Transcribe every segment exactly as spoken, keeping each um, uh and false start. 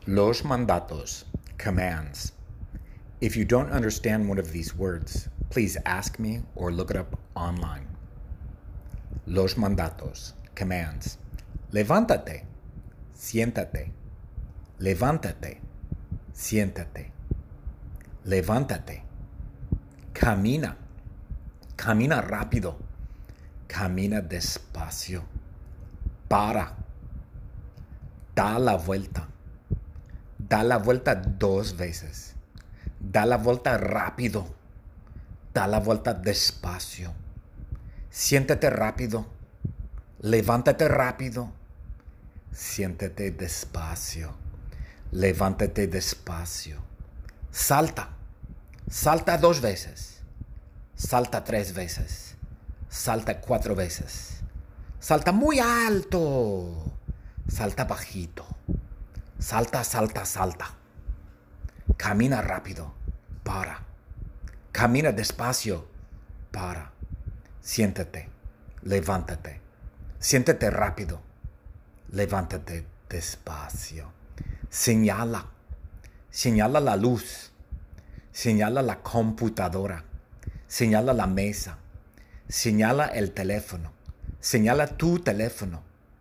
Los mandatos, commands. If you don't understand one of these words, please ask me or look it up online. Los mandatos, commands. Levántate, siéntate. Levántate, siéntate. Levántate. Camina, camina rápido. Camina despacio. Para. Da la vuelta. Da la vuelta dos veces. Da la vuelta rápido. Da la vuelta despacio. Siéntete rápido. Levántate rápido. Siéntete despacio. Levántate despacio. Salta. Salta dos veces. Salta tres veces. Salta cuatro veces. Salta muy alto. Salta bajito. Salta, salta, salta. Camina rápido. Para. Camina despacio. Para. Siéntate. Levántate. Siéntete rápido. Levántate despacio. Señala. Señala la luz. Señala la computadora. Señala la mesa. Señala el teléfono. Señala tu teléfono.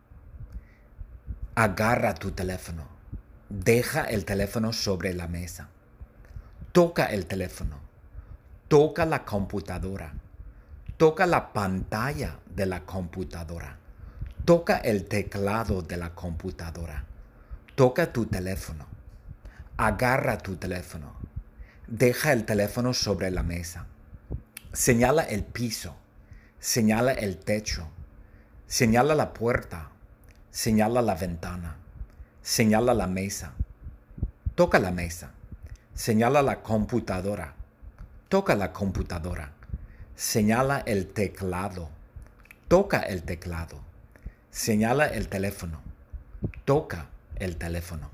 Agarra tu teléfono. Deja el teléfono sobre la mesa. Toca el teléfono. Toca la computadora. Toca la pantalla de la computadora. Toca el teclado de la computadora. Toca tu teléfono. Agarra tu teléfono. Deja el teléfono sobre la mesa. Señala el piso. Señala el techo. Señala la puerta. Señala la ventana. Señala la mesa. Toca la mesa. Señala la computadora. Toca la computadora. Señala el teclado. Toca el teclado. Señala el teléfono. Toca el teléfono.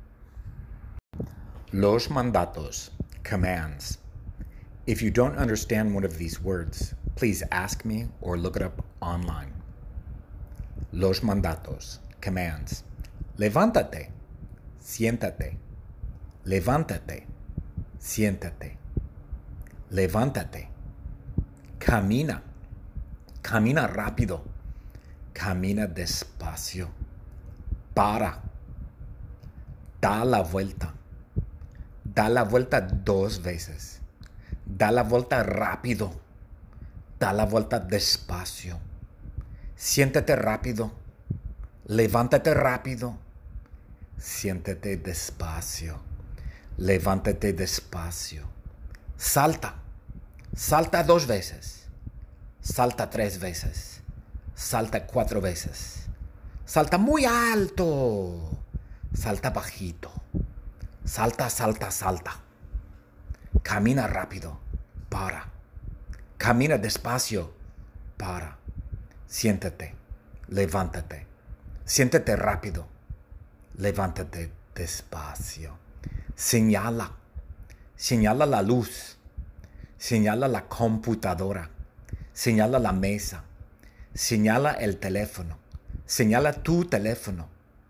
Los mandatos, commands. If you don't understand one of these words, please ask me or look it up online. Los mandatos, commands. Levántate, siéntate. Levántate, siéntate. Levántate. Camina, camina rápido. Camina despacio. Para. Da la vuelta. Da la vuelta dos veces. Da la vuelta rápido. Da la vuelta despacio. Siéntete rápido. Levántate rápido. Siéntete despacio. Levántate despacio. Salta. Salta dos veces. Salta tres veces. Salta cuatro veces. Salta muy alto. Salta bajito. Salta, salta, salta. Camina rápido. Para. Camina despacio. Para. Siéntate. Levántate. Siéntete rápido. Levántate despacio. Señala. Señala la luz. Señala la computadora. Señala la mesa. Señala el teléfono. Señala tu teléfono.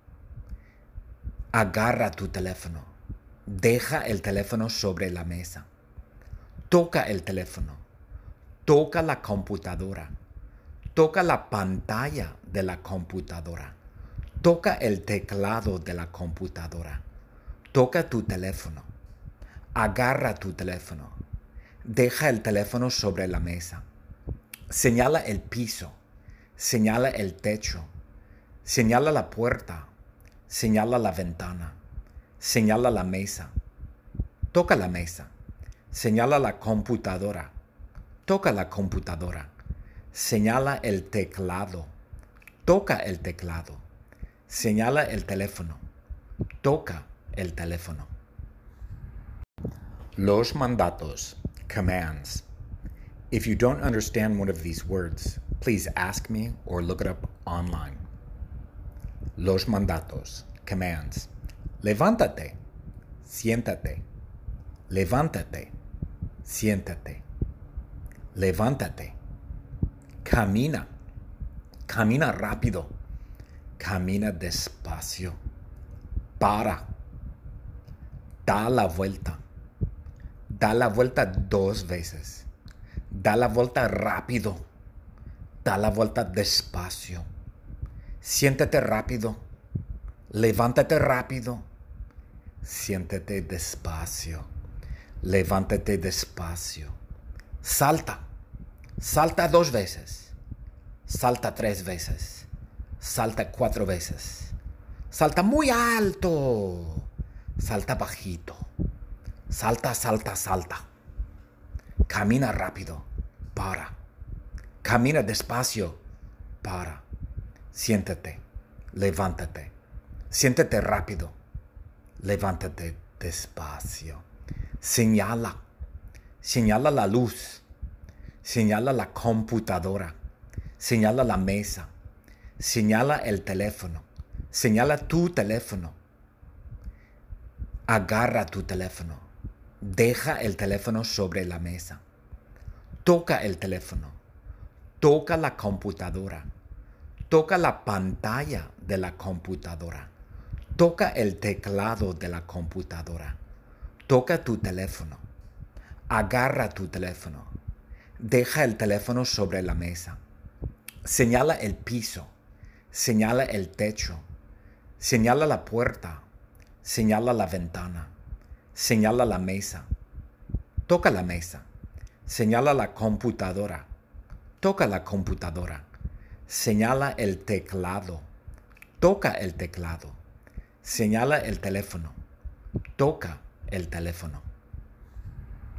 Agarra tu teléfono. Deja el teléfono sobre la mesa. Toca el teléfono. Toca la computadora. Toca la pantalla de la computadora. Toca el teclado de la computadora. Toca tu teléfono. Agarra tu teléfono. Deja el teléfono sobre la mesa. Señala el piso. Señala el techo. Señala la puerta. Señala la ventana. Señala la mesa. Toca la mesa. Señala la computadora. Toca la computadora. Señala el teclado. Toca el teclado. Señala el teléfono. Toca el teléfono. Los mandatos, commands. If you don't understand one of these words, please ask me or look it up online. Los mandatos, commands. Levántate, siéntate. Levántate, siéntate. Levántate. Camina. Camina rápido. Camina despacio. Para. Da la vuelta. Da la vuelta dos veces. Da la vuelta rápido. Da la vuelta despacio. Siéntete rápido. Levántate rápido. Siéntete despacio. Levántate despacio. Salta. Salta dos veces. Salta tres veces. Salta cuatro veces. Salta muy alto. Salta bajito. Salta, salta, salta. Camina rápido. Para. Camina despacio. Para. Siéntate. Levántate. Siéntete rápido. Levántate despacio. Señala. Señala la luz. Señala la computadora. Señala la mesa. Señala el teléfono. Señala tu teléfono. Agarra tu teléfono. Deja el teléfono sobre la mesa. Toca el teléfono. Toca la computadora. Toca la pantalla de la computadora. Toca el teclado de la computadora. Toca tu teléfono. Agarra tu teléfono. Deja el teléfono sobre la mesa. Señala el piso. Señala el techo. Señala la puerta. Señala la ventana. Señala la mesa. Toca la mesa. Señala la computadora. Toca la computadora. Señala el teclado. Toca el teclado. Señala el teléfono. Toca el teléfono.